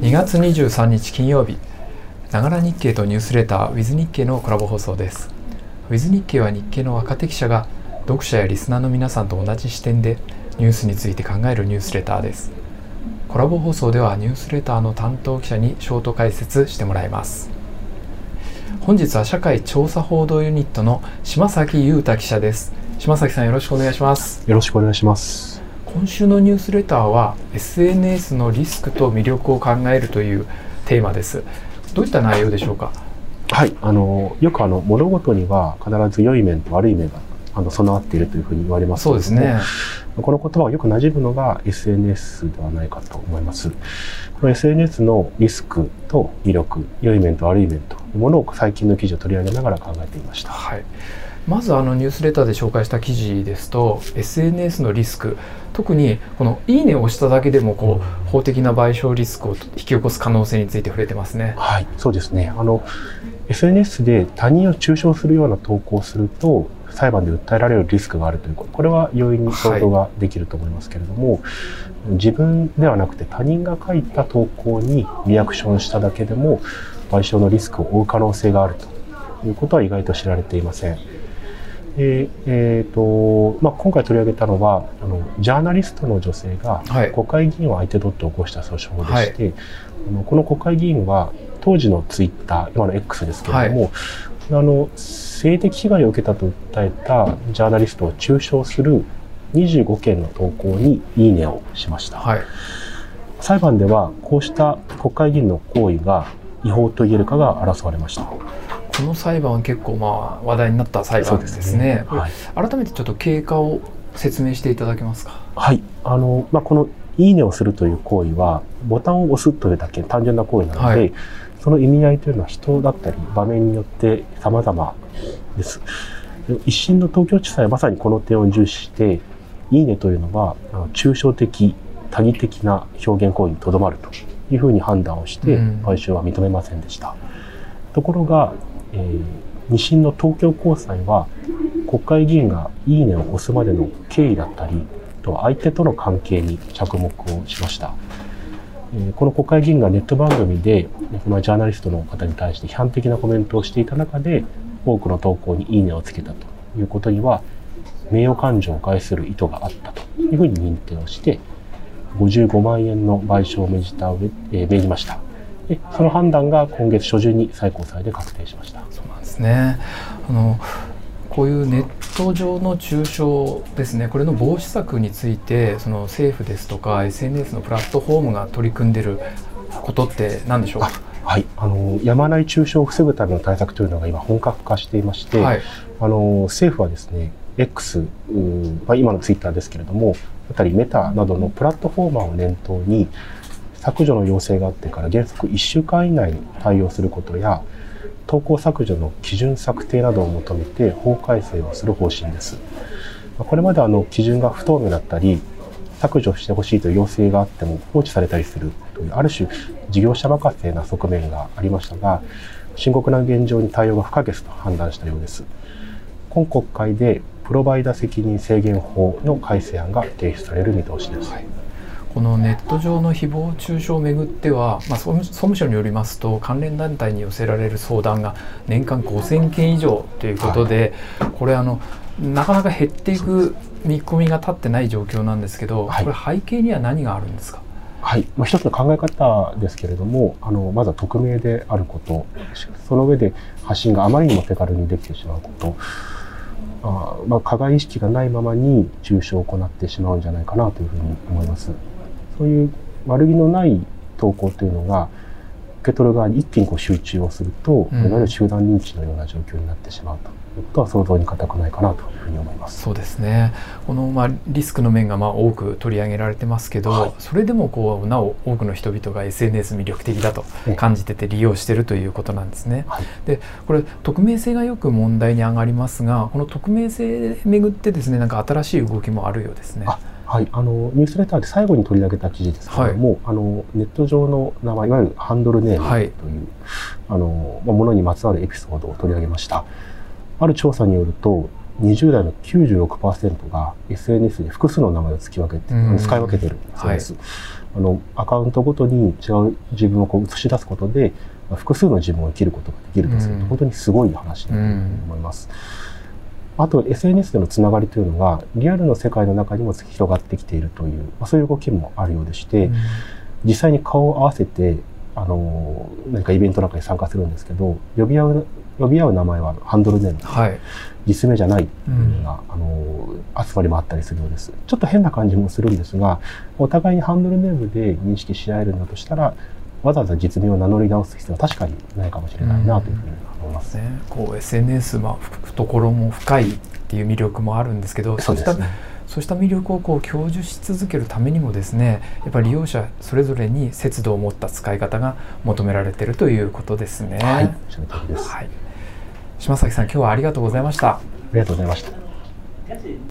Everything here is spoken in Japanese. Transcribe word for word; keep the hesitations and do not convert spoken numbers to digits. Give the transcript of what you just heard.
にがつにじゅうさんにち金曜日、ながら日経とニュースレター With 日経のコラボ放送です。 With 日経は日経の若手記者が読者やリスナーの皆さんと同じ視点でニュースについて考えるニュースレターです。コラボ放送ではニュースレターの担当記者にショート解説してもらいます。本日は社会調査報道ユニットの島崎裕太記者です。島崎さん、よろしくお願いします。 よろしくお願いします。 今週のニュースレターは エスエヌエス のリスクと魅力を考えるというテーマです。どういった内容でしょうか？ はい、あのよくあの物事には必ず良い面と悪い面があの備わっているというふうに言われますけれども、そうですね、この言葉がよく馴染むのが エスエヌエス ではないかと思います。この エスエヌエス のリスクと魅力、良い面と悪い面というものを最近の記事を取り上げながら考えていました。 はい、まずあのニュースレターで紹介した記事ですと エスエヌエス のリスク、特にこのいいねを押しただけでもこう法的な賠償リスクを引き起こす可能性について触れてますね。 はい、そうですね。あの エスエヌエス で他人を中傷するような投稿をすると裁判で訴えられるリスクがあるということ、これは容易に想像ができると思いますけれども、はい、自分ではなくて他人が書いた投稿にリアクションしただけでも賠償のリスクを負う可能性があるということは意外と知られていません。えーえーとまあ、今回取り上げたのはあのジャーナリストの女性が国会議員を相手取って起こした訴訟でして、はい、あのこの国会議員は当時のツイッター、今の X ですけれども、はい、あの性的被害を受けたと訴えたジャーナリストを中傷するにじゅうごけんの投稿にいいねをしました。はい、裁判ではこうした国会議員の行為が違法と言えるかが争われました。 この裁判は結構まあ話題になった裁判ですね。ですね、はい、改めてちょっと経過を説明していただけますか？ はい、あの、まあ、このいいねをするという行為はボタンを押すというだけ単純な行為なので、はい、その意味合いというのは人だったり場面によって様々です。一審の東京地裁はまさにこの点を重視していいねというのは抽象的多義的な表現行為にとどまるというふうに判断をして賠償は認めませんでした。うん、ところがえー、二審の東京高裁は国会議員がいいねを押すまでの経緯だったりと相手との関係に着目をしました。えー、この国会議員がネット番組でこのジャーナリストの方に対して批判的なコメントをしていた中で多くの投稿にいいねをつけたということには名誉感情を害する意図があったというふうに認定をしてごじゅうごまんえんの賠償を命じた上、えー、命じました。でその判断が今月初旬に最高裁で確定しました。 そうなんですね。あのこういうネット上の中傷ですね、これの防止策についてその政府ですとか エスエヌエス のプラットフォームが取り組んでいることって何でしょうか？はい、 あのやまない中傷を防ぐための対策というのが今本格化していまして、はい、あの政府はですね X、まあ、今のツイッターですけれどもあたりメタなどのプラットフォーマーを念頭に削除の要請があってから原則いっしゅうかん以内に対応することや投稿削除の基準策定などを求めて法改正をする方針です。これまであの基準が不透明だったり削除してほしいという要請があっても放置されたりするというある種事業者任せな側面がありましたが深刻な現状に対応が不可欠と判断したようです。今国会でプロバイダ責任制限法の改正案が提出される見通しです。はい、 このネット上の誹謗中傷をめぐっては、まあ、総務省によりますと関連団体に寄せられる相談が年間ごせんけん以上ということで、はい、これあのなかなか減っていく見込みが立ってない状況なんですけど、はい、これ背景には何があるんですか？ はい、まあ、一つの考え方ですけれどもあのまずは匿名であること、その上で発信があまりにも手軽にできてしまうこと、あまあ、加害意識がないままに中傷を行ってしまうんじゃないかなというふうに思います。そういう悪気のない投稿というのが受け取る側に一気にこう集中をすると、うん、いわゆる集団認知のような状況になってしまうということは想像に難くないかなというふうに思います。 そうですね。この、まあ、リスクの面がまあ多く取り上げられてますけど、はい、それでもこうなお多くの人々が エスエヌエス 魅力的だと感じてて利用しているということなんですね。はい、でこれ匿名性がよく問題に上がりますが、この匿名性めぐってですね、なんか新しい動きもあるようですね。 はい、あのニュースレターで最後に取り上げた記事ですけれども、はい、あのネット上の名前いわゆるハンドルネームという、はい、あのものにまつわるエピソードを取り上げました。ある調査によるとにじゅうだいの きゅうじゅうろくパーセント が エスエヌエス で複数の名前を付き分けて、うん、使い分けているそうです。はい、 あのアカウントごとに違う自分をこう映し出すことで複数の自分を生きることができるとすると、うん、本当にすごい話だと思います。うん、あと エスエヌエス でのつながりというのがリアルの世界の中にも広がってきているという、まあ、そういう動きもあるようでして、うん、実際に顔を合わせてあの何かイベントなんかに参加するんですけど、呼び合う呼び合う名前はハンドルネーム、はい、実名じゃないというような、うん、あの集まりもあったりするようです。ちょっと変な感じもするんですが、お互いにハンドルネームで認識し合えるんだとしたら、わざわざ実名を名乗り直す必要は確かにないかもしれないなというふうに思います。 うんね、こう エスエヌエス、まあ、懐も深いっていう魅力もあるんですけど、そうですね。そうした魅力をこう享受し続けるためにもですね、やっぱり利用者それぞれに節度を持った使い方が求められているということですね。 はい、その通りです。 はい、島崎さん、今日はありがとうございました。 ありがとうございました。